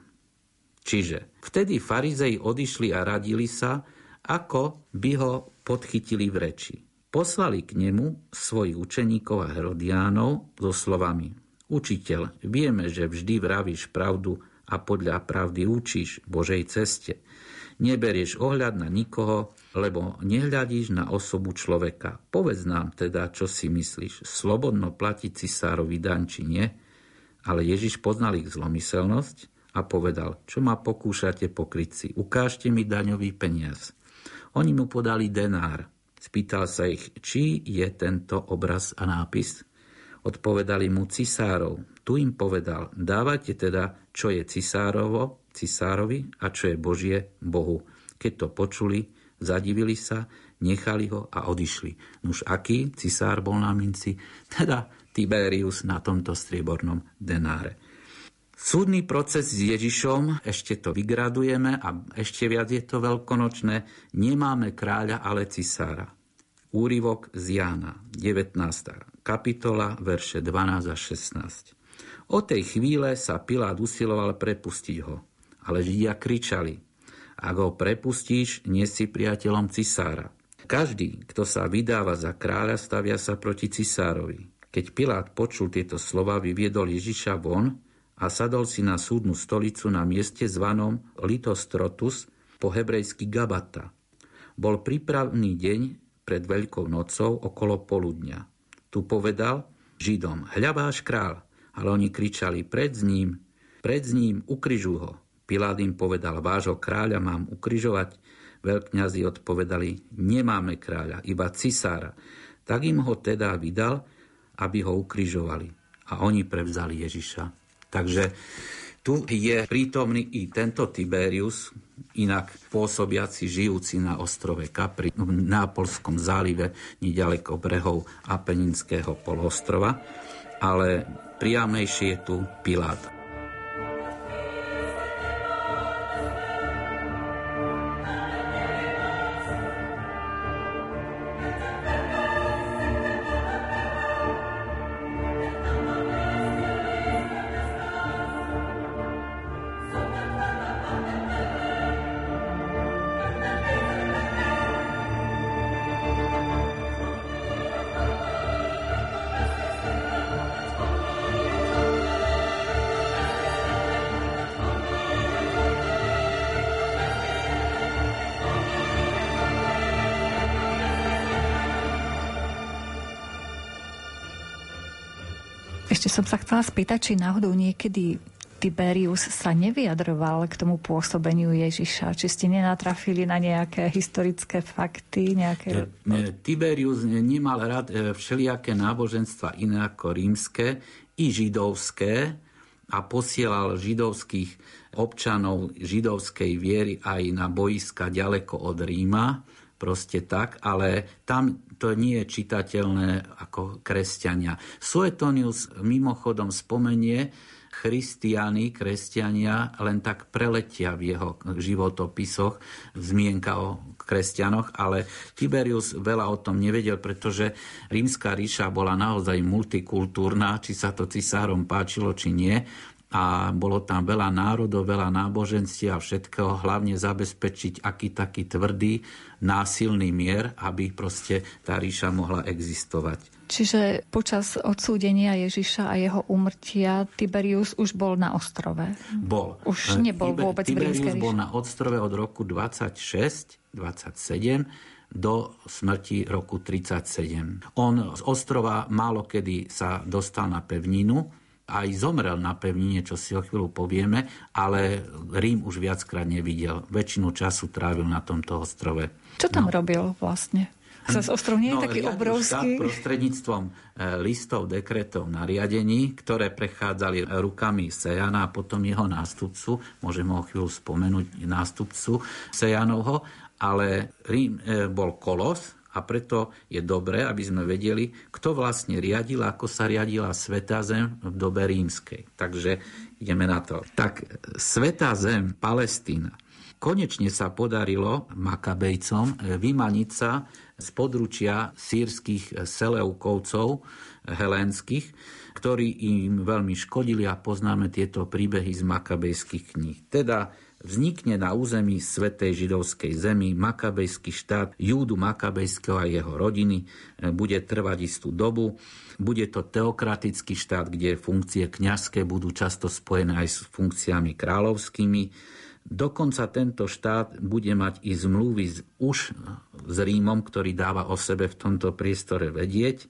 Čiže vtedy farizei odišli a radili sa, ako by ho podchytili v reči. Poslali k nemu svojich učeníkov a Herodiánov so slovami: Učiteľ, vieme, že vždy vravíš pravdu a podľa pravdy učíš Božej ceste. Neberieš ohľad na nikoho, lebo nehľadíš na osobu človeka. Povedz nám teda, čo si myslíš. Slobodno platiť cisárovi daň, či nie? Ale Ježiš poznal ich zlomyselnosť a povedal: Čo ma pokúšate pokryť si? Ukážte mi daňový peniaz. Oni mu podali denár. Spýtal sa ich, či je tento obraz a nápis. Odpovedali mu: cisárov. Tu im povedal: dávajte teda, čo je cisárovo, cisárovi a čo je Božie, Bohu. Keď to počuli, zadivili sa, nechali ho a odišli. Nuž aký cisár bol na minci? Teda Tiberius na tomto striebornom denáre. Súdny proces s Ježišom, ešte to vygradujeme a ešte viac je to veľkonočné, nemáme kráľa, ale cisára. Úryvok z Jána, devätnásta kapitola, verše dvanásť a šestnásť. Od tej chvíle sa Pilát usiloval prepustiť ho, ale Židia kričali: Ak ho prepustíš, nie si priateľom cisára. Každý, kto sa vydáva za kráľa, stavia sa proti cisárovi. Keď Pilát počul tieto slova, vyviedol Ježiša von a sadol si na súdnu stolicu na mieste zvanom Litostrotus, po hebrejsky Gabata. Bol prípravný deň pred Veľkou nocou okolo poludňa. Tu povedal Židom: Hľa váš kráľ. Ale oni kričali: Pred ním, pred ním, ukrižuj ho. Pilát im povedal: Vášho kráľa mám ukrižovať? Veľkňazi odpovedali: Nemáme kráľa, iba cisára. Tak im ho teda vydal, aby ho ukrižovali. A oni prevzali Ježiša. Takže Tu je prítomný i tento Tiberius, inak pôsobiaci, žijúci na ostrove Capri, v Nápolskom zálive, neďaleko brehov Apeninského polostrova, ale priamejšie je tu Pilát. Ešte som sa chcela spýtať, či náhodou niekedy Tiberius sa nevyjadroval k tomu pôsobeniu Ježiša. Či ste nenatrafili na nejaké historické fakty? Nejaké... Tiberius nemal rád všelijaké náboženstva iné ako rímske i židovské a posielal židovských občanov židovskej viery aj na boiska ďaleko od Ríma. Proste tak, ale tam to nie je čitateľné ako kresťania. Suetonius mimochodom spomenie, Christiani, kresťania, len tak preletia v jeho životopisoch zmienka o kresťanoch, ale Tiberius veľa o tom nevedel, pretože Rímska ríša bola naozaj multikultúrna, či sa to cisárom páčilo, či nie. A bolo tam veľa národov, veľa náboženstiev a všetkého, hlavne zabezpečiť aký taký tvrdý, násilný mier, aby proste tá ríša mohla existovať. Čiže počas odsúdenia Ježiša a jeho úmrtia Tiberius už bol na ostrove? Bol. Už nebol Tiber, vôbec v Rímskej ríši? Tiberius bol na ostrove od roku dvadsaťšesť dvadsaťsedem do smrti roku tridsaťsedem. On z ostrova málo kedy sa dostal na pevninu, aj zomrel na pevnine, čo si o chvíľu povieme, ale Rím už viackrát nevidel. Väčšinu času trávil na tomto ostrove. Čo tam no. robil vlastne? Zas ostrov nie je no, taký obrovský? Prostredníctvom listov, dekretov, nariadení, ktoré prechádzali rukami Sejana a potom jeho nástupcu, môžeme o chvíľu spomenúť nástupcu Sejanovho, ale Rím bol kolos, a preto je dobré, aby sme vedeli, kto vlastne riadil, ako sa riadila Svätá zem v dobe rímskej. Takže ideme na to. Tak Svätá zem, Palestína. Konečne sa podarilo Makabejcom vymaniť sa z područia sýrskych Seleukovcov helénskych, ktorí im veľmi škodili a poznáme tieto príbehy z makabejských kníh. Teda vznikne na území svätej židovskej zemi makabejský štát Júdu Makabejského a jeho rodiny. Bude trvať istú dobu. Bude to teokratický štát, kde funkcie kňazské budú často spojené aj s funkciami kráľovskými. Dokonca tento štát bude mať i zmluvy už s Rímom, ktorý dáva o sebe v tomto priestore vedieť,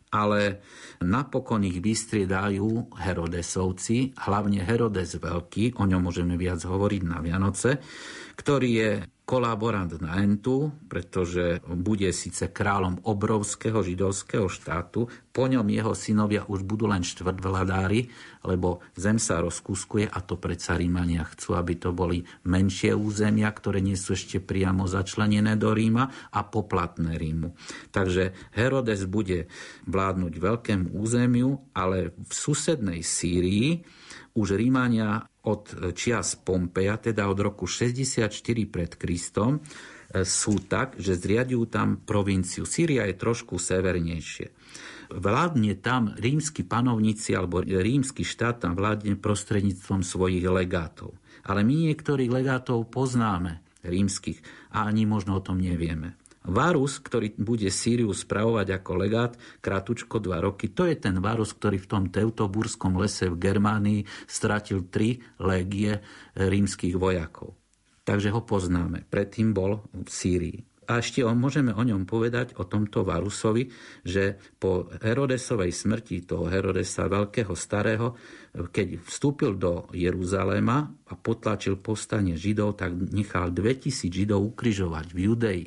ale napokon ich vystriedajú Herodesovci, hlavne Herodes Veľký, o ňom môžeme viac hovoriť na Vianoce, ktorý je kolaborant na Entu, pretože bude síce kráľom obrovského židovského štátu, po ňom jeho synovia už budú len štvrtvladári, lebo zem sa rozkúskuje a to predsa Rímania chcú, aby to boli menšie územia, ktoré nie sú ešte priamo začlenené do Ríma a poplatné Rímu. Takže Herodes bude vládnuť veľkému územiu, ale v susednej Sýrii už Rímania od čias Pompeja, teda od roku šesťdesiatštyri pred Kristom, sú tak, že zriadujú tam provinciu. Sýria je trošku severnejšie. Vládne tam rímski panovníci, alebo rímsky štát tam vládne prostredníctvom svojich legátov. Ale my niektorých legátov poznáme, rímskych, a ani možno o tom nevieme. Varus, ktorý bude Sýriu spravovať ako legát kratučko dva roky, to je ten Varus, ktorý v tom Teutoburskom lese v Germánii stratil tri légie rímskych vojakov. Takže ho poznáme. Predtým bol v Sýrii. A ešte on, môžeme o ňom povedať, o tomto Varusovi, že po Herodesovej smrti, toho Herodesa Veľkého Starého, keď vstúpil do Jeruzaléma a potlačil povstanie Židov, tak nechal dvetisíc Židov ukrižovať v Judei.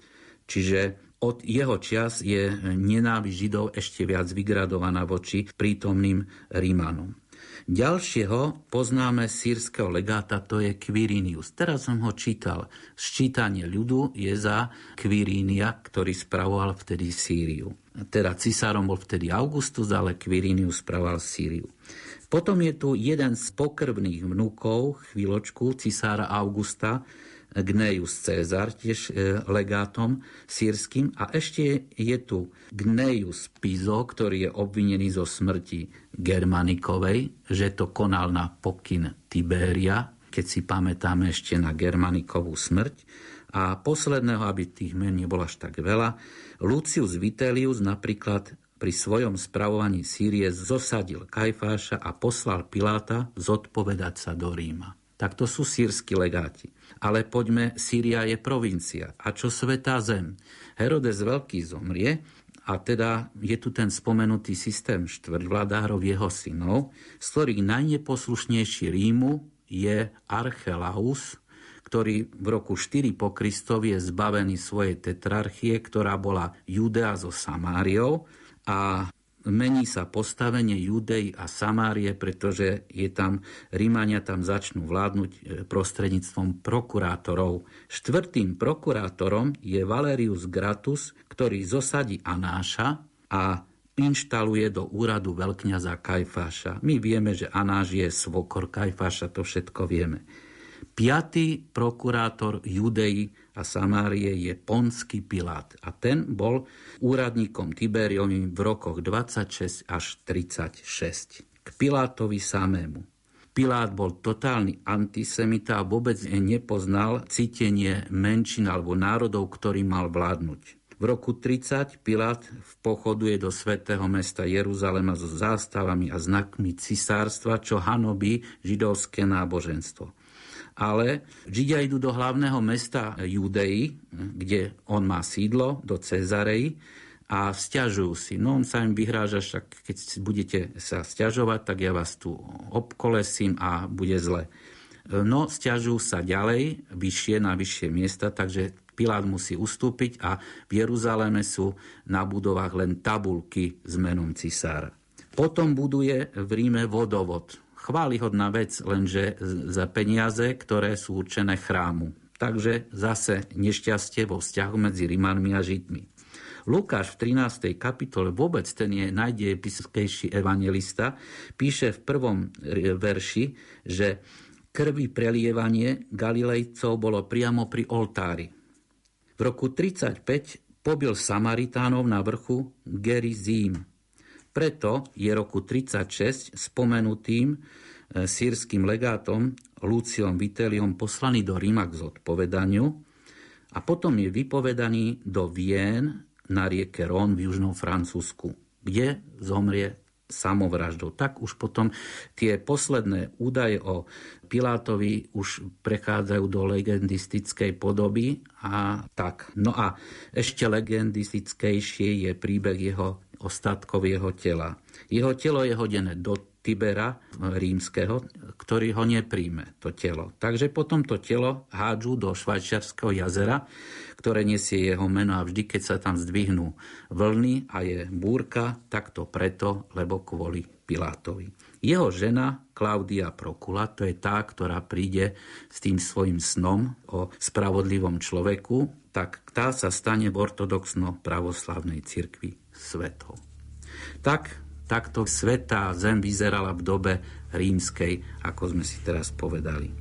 Čiže od jeho čias je nenávisť Židov ešte viac vygradovaná voči prítomným Rímanom. Ďalšieho poznáme sírskeho legáta, to je Quirinius. Teraz som ho čítal. Sčítanie ľudu je za Quirinia, ktorý spravoval vtedy Sýriu. Teda cisárom bol vtedy Augustus, ale Quirinius spravoval Sýriu. Potom je tu jeden z pokrvných vnúkov, chvíľočku, cisára Augusta, Gnaeus Cézar, tiež legátom sýrskym. A ešte je tu Gnaeus Piso, ktorý je obvinený zo smrti Germanikovej, že to konal na pokyn Tiberia, keď si pamätáme ešte na Germanikovú smrť. A posledného, aby tých men nebolo až tak veľa, Lucius Vitellius napríklad pri svojom spravovaní Sýrie zosadil Kajfáša a poslal Piláta zodpovedať sa do Ríma. Tak to sú sírsky legáti. Ale poďme, Sýria je provincia. A čo Svätá zem? Herodes Veľký zomrie a teda je tu ten spomenutý systém štvrťvladárov jeho synov, z ktorých najneposlušnejší Rímu je Archelaus, ktorý v roku štyri po Kristovi je zbavený svojej tetrarchie, ktorá bola Judea so Samáriou, a mení sa postavenie Judei a Samárie, pretože je tam, Rímania tam začnú vládnuť prostredníctvom prokurátorov. Štvrtým prokurátorom je Valerius Gratus, ktorý zosadí Anáša a inštaluje do úradu veľkňaza Kajfáša. My vieme, že Anáš je svokor Kajfáša, to všetko vieme. Piatý prokurátor Judei a Samárie je Ponský Pilát a ten bol úradníkom Tiberiovým v rokoch dvadsaťšesť až tridsaťšesť. K Pilátovi samému. Pilát bol totálny antisemita a vôbec nepoznal cítenie menšín alebo národov, ktorý mal vládnuť. V roku tridsať Pilát pochoduje do svätého mesta Jeruzalema so zástavami a znakmi cisárstva, čo hanobí židovské náboženstvo. Ale Židia idú do hlavného mesta Judei, kde on má sídlo, do Cezarei, a sťažujú si. No on sa im vyhráža, však keď budete sa sťažovať, tak ja vás tu obkolesím a bude zle. No sťažujú sa ďalej, vyššie na vyššie miesta, takže Pilát musí ustúpiť a v Jeruzaleme sú na budovách len tabulky s menom cisára. Potom buduje v Ríme vodovod. Chválihodná vec, lenže za peniaze, ktoré sú určené chrámu. Takže zase nešťastie vo vzťahu medzi Rimanmi a Židmi. Lukáš v trinástej kapitole, vôbec ten je najdejepiskejší evangelista, píše v prvom verši, že krvi prelievanie Galilejcov bolo priamo pri oltári. V roku tridsaťpäť pobil Samaritánov na vrchu Gerizím. Preto je roku tridsaťšesť spomenutým sýrskym legátom Luciom Vitelliom poslaný do Ríma k zodpovedaniu a potom je vypovedaný do Vien na rieke Rhône v južnom Francúzsku, kde zomrie samovraždou. Tak už potom tie posledné údaje o Pilátovi už prechádzajú do legendistickej podoby a tak. No a ešte legendistickejšie je príbeh jeho ostatkov jeho tela. Jeho telo je hodené do Tibera rímskeho, ktorý ho nepríjme, to telo. Takže potom to telo hádžu do Švajčiarskeho jazera, ktoré nesie jeho meno, a vždy, keď sa tam zdvihnú vlny a je búrka, tak to preto, lebo kvôli Pilátovi. Jeho žena Klaudia Procula, to je tá, ktorá príde s tým svojím snom o spravodlivom človeku, tak tá sa stane v ortodoxno-pravoslavnej cirkvi svetou. Tak, takto svätá zem vyzerala v dobe rímskej, ako sme si teraz povedali.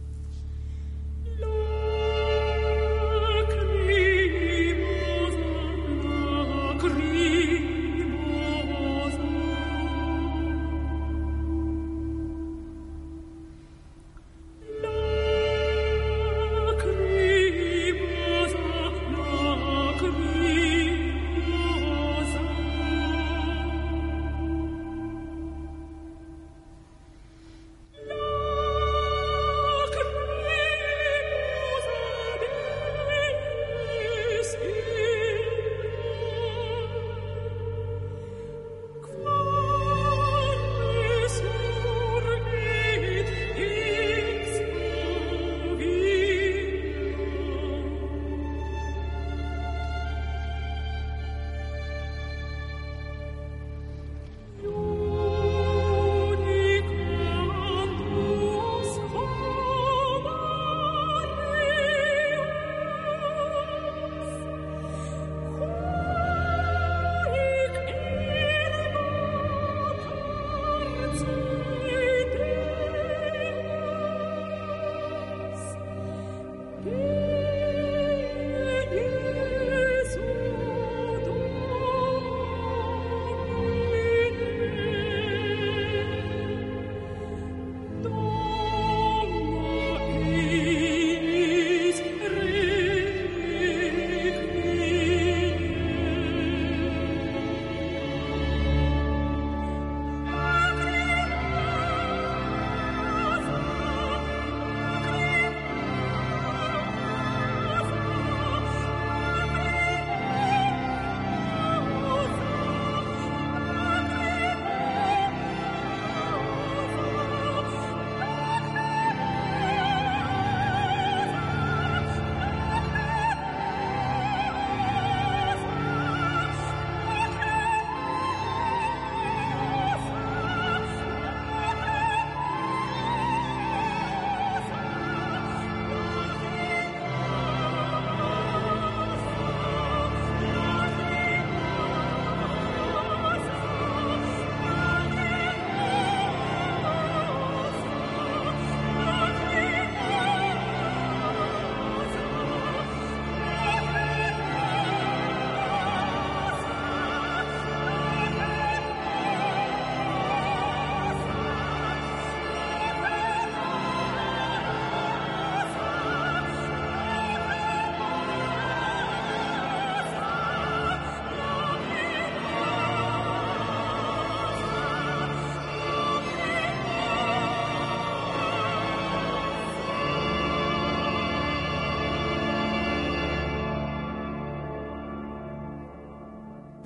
Look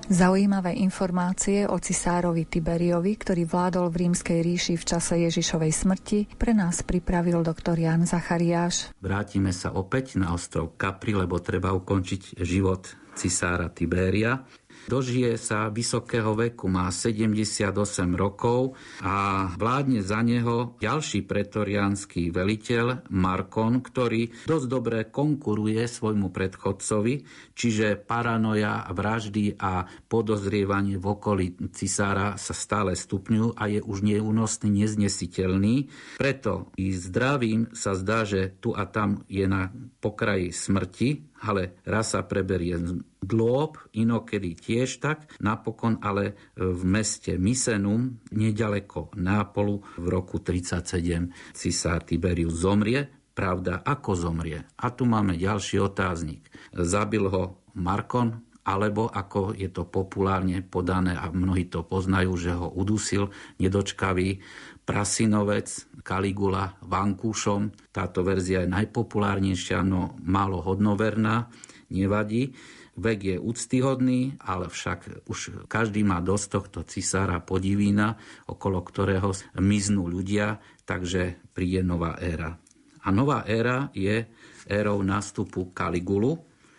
Zaujímavé informácie o cisárovi Tiberiovi, ktorý vládol v Rímskej ríši v čase Ježišovej smrti, pre nás pripravil doktor Ján Zachariáš. Vrátime sa opäť na ostrov Capri, lebo treba ukončiť život cisára Tiberia. Dožije sa vysokého veku, má sedemdesiatosem rokov a vládne za neho ďalší pretoriánsky veliteľ Markon, ktorý dosť dobre konkuruje svojmu predchodcovi, čiže paranoja, vraždy a podozrievanie v okolí cisára sa stále stupňujú a je už neúnosný, neznesiteľný. Preto i zdravím sa zdá, že tu a tam je na pokraji smrti, ale raz sa preberie dlôb, inokedy tiež tak, napokon ale v meste Misenum, nedaleko Nápolu, v roku tridsaťsedem cisár Tiberius zomrie. Pravda, ako zomrie? A tu máme ďalší otáznik. Zabil ho Markon, alebo ako je to populárne podané a mnohí to poznajú, že ho udusil nedočkavý Prasinovec Kaligula vankúšom. Táto verzia je najpopulárnejšia, no málo hodnoverná, nevadí. Vek je úctyhodný, ale však už každý má dosť tohto cisára podivína, okolo ktorého miznú ľudia, takže príde nová éra. A nová éra je érou nástupu Kaligulu,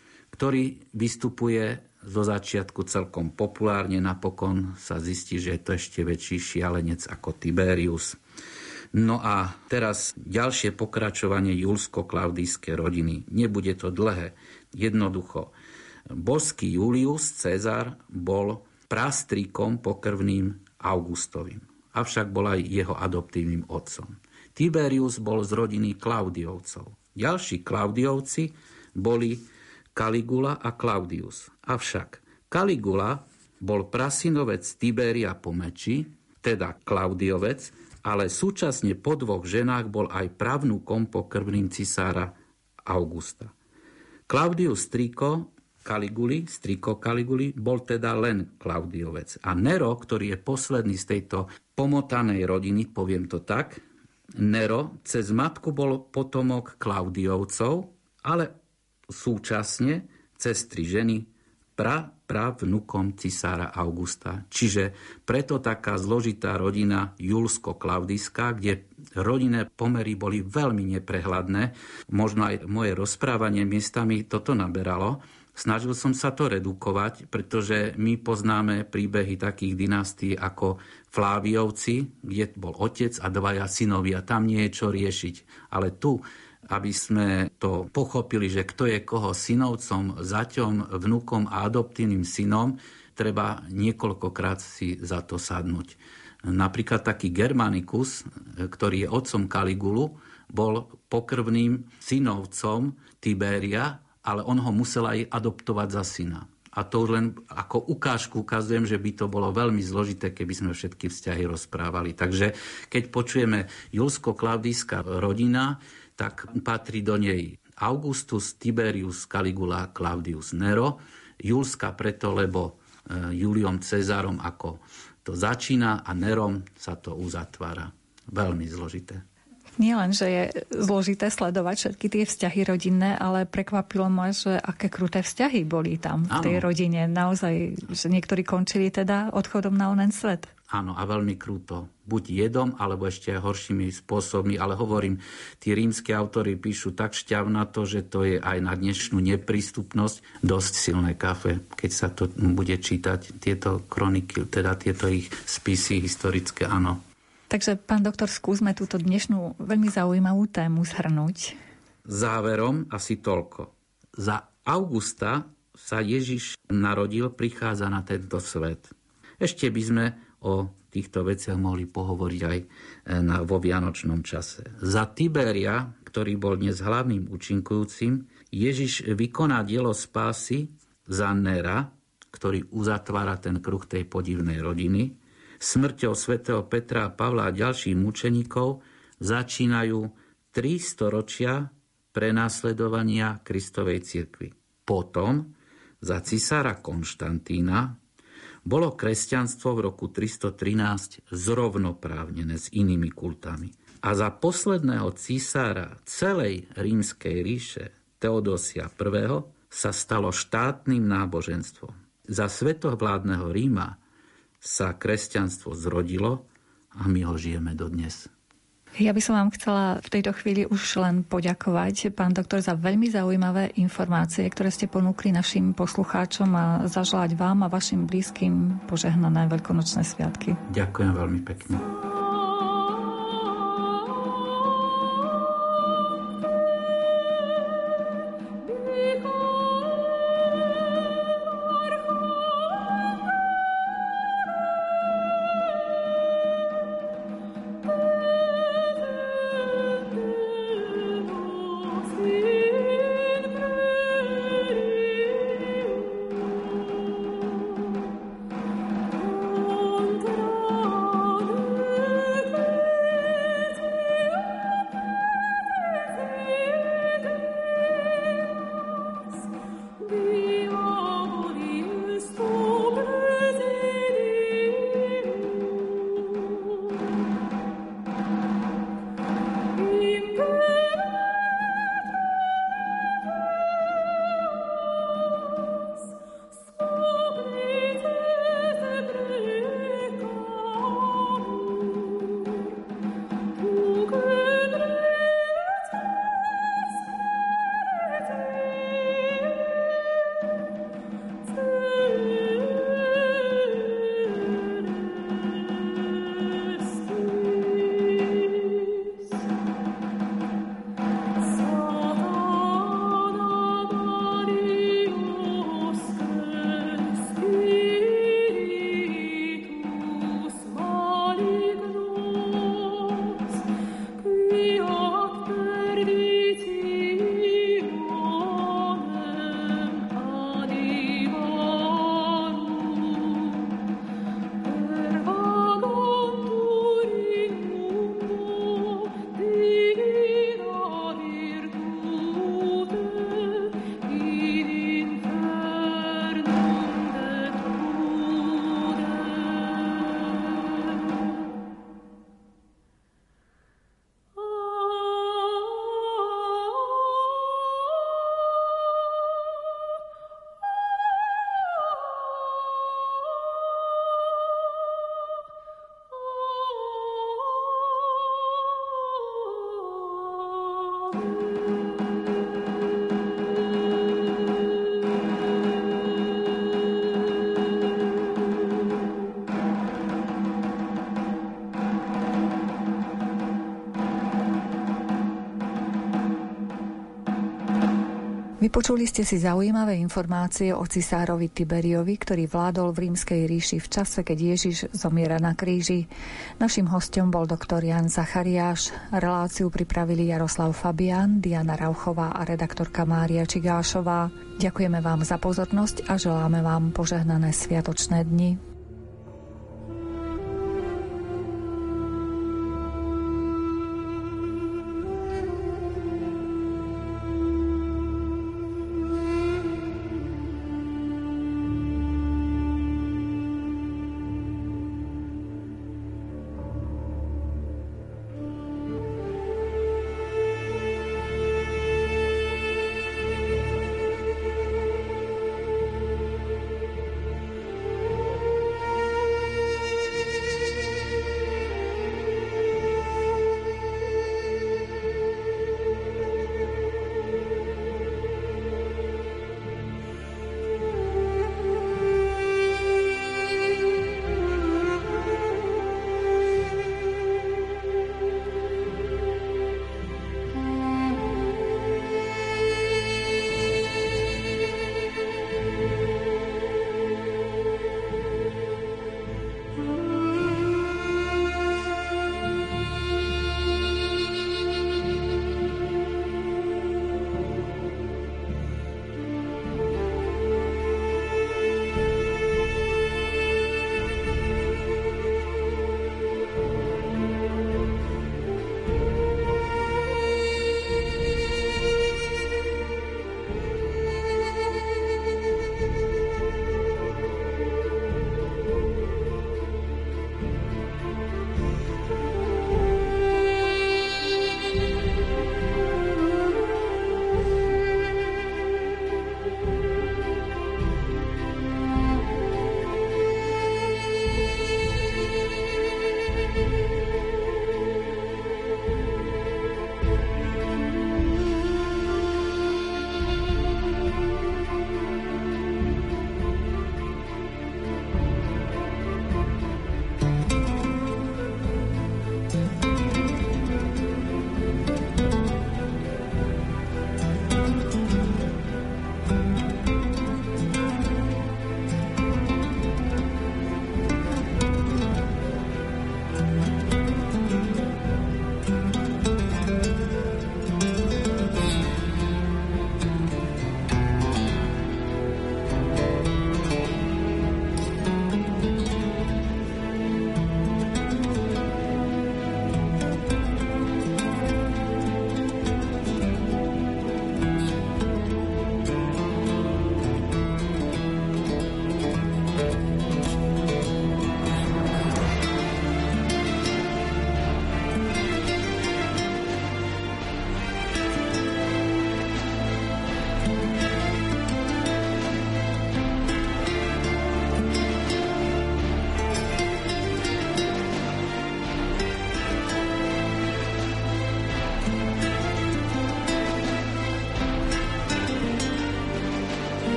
ktorý vystupuje zo začiatku celkom populárne, napokon sa zistí, že je to ešte väčší šialenec ako Tiberius. No a teraz ďalšie pokračovanie Julsko-Klaudijskej rodiny. Nebude to dlhé, jednoducho. Božský Julius Cezar bol prastrikom pokrvným Augustovým, avšak bol aj jeho adoptívnym otcom. Tiberius bol z rodiny Klaudiovcov. Ďalší Klaudiovci boli Caligula a Claudius. Avšak Caligula bol prasinovec Tiberia po meči, teda Klaudiovec, ale súčasne po dvoch ženách bol aj pravnúkom pokrvným cisára Augusta. Claudius striko Caliguli, striko Caliguli, bol teda len Klaudiovec. A Nero, ktorý je posledný z tejto pomotanej rodiny, poviem to tak, Nero cez matku bol potomok Klaudiovcov, ale súčasne cez tri ženy pra, pravnukom cisára Augusta. Čiže preto taká zložitá rodina Julsko-Klaudijská, kde rodinné pomery boli veľmi neprehľadné. Možno aj moje rozprávanie miestami toto naberalo. Snažil som sa to redukovať, pretože my poznáme príbehy takých dynastií ako Fláviovci, kde bol otec a dvaja synovia. Tam nie je čo riešiť. Ale tu, aby sme to pochopili, že kto je koho synovcom, zaťom, vnukom a adoptívnym synom, treba niekoľkokrát si za to sadnúť. Napríklad taký Germanicus, ktorý je otcom Caligulu, bol pokrvným synovcom Tiberia, ale on ho musel aj adoptovať za syna. A to len ako ukážku ukazujem, že by to bolo veľmi zložité, keby sme všetky vzťahy rozprávali. Takže keď počujeme Julsko-Klaudijská rodina, tak patrí do nej Augustus, Tiberius, Caligula, Claudius, Nero. Julska preto, lebo Juliom Cezárom ako to začína a Nerom sa to uzatvára. Veľmi zložité. Nie len, že je zložité sledovať všetky tie vzťahy rodinné, ale prekvapilo ma, že aké kruté vzťahy boli tam v tej rodine. Naozaj, že niektorí končili teda odchodom na onen svet. Áno, a veľmi krúto. Buď jedom, alebo ešte aj horšími spôsobmi. Ale hovorím, tí rímski autori píšu tak šťavnato, že to je aj na dnešnú neprístupnosť dosť silné kafe, keď sa to bude čítať, tieto kroniky, teda tieto ich spisy historické, áno. Takže, pán doktor, skúsme túto dnešnú veľmi zaujímavú tému zhrnúť. Záverom asi toľko. Za Augusta sa Ježiš narodil, prichádza na tento svet. Ešte by sme o týchto veciach mohli pohovoriť aj na, vo vianočnom čase. Za Tiberia, ktorý bol dnes hlavným účinkujúcim, Ježiš vykoná dielo spásy za Nera, ktorý uzatvára ten kruh tej podivnej rodiny. Smrťou svätého Petra a Pavla a ďalších mučeníkov začínajú tri storočia prenasledovania Kristovej cirkvi. Potom za cisára Konštantína bolo kresťanstvo v roku tristotrinásť zrovnoprávnené s inými kultami. A za posledného cisára celej rímskej ríše Teodosia I. sa stalo štátnym náboženstvom. za svetovládneho Ríma sa kresťanstvo zrodilo a my ho žijeme dodnes. Ja by som vám chcela v tejto chvíli už len poďakovať, pán doktor, za veľmi zaujímavé informácie, ktoré ste ponúkli našim poslucháčom a zaželať vám a vašim blízkym požehnané veľkonočné sviatky. Ďakujem veľmi pekne. Vypočuli ste si zaujímavé informácie o cisárovi Tiberiovi, ktorý vládol v Rímskej ríši v čase, keď Ježiš zomiera na kríži. Naším hostom bol doktor Ján Zachariáš. Reláciu pripravili Jaroslav Fabián, Diana Rauchová a redaktorka Mária Čigášová. Ďakujeme vám za pozornosť a želáme vám požehnané sviatočné dni.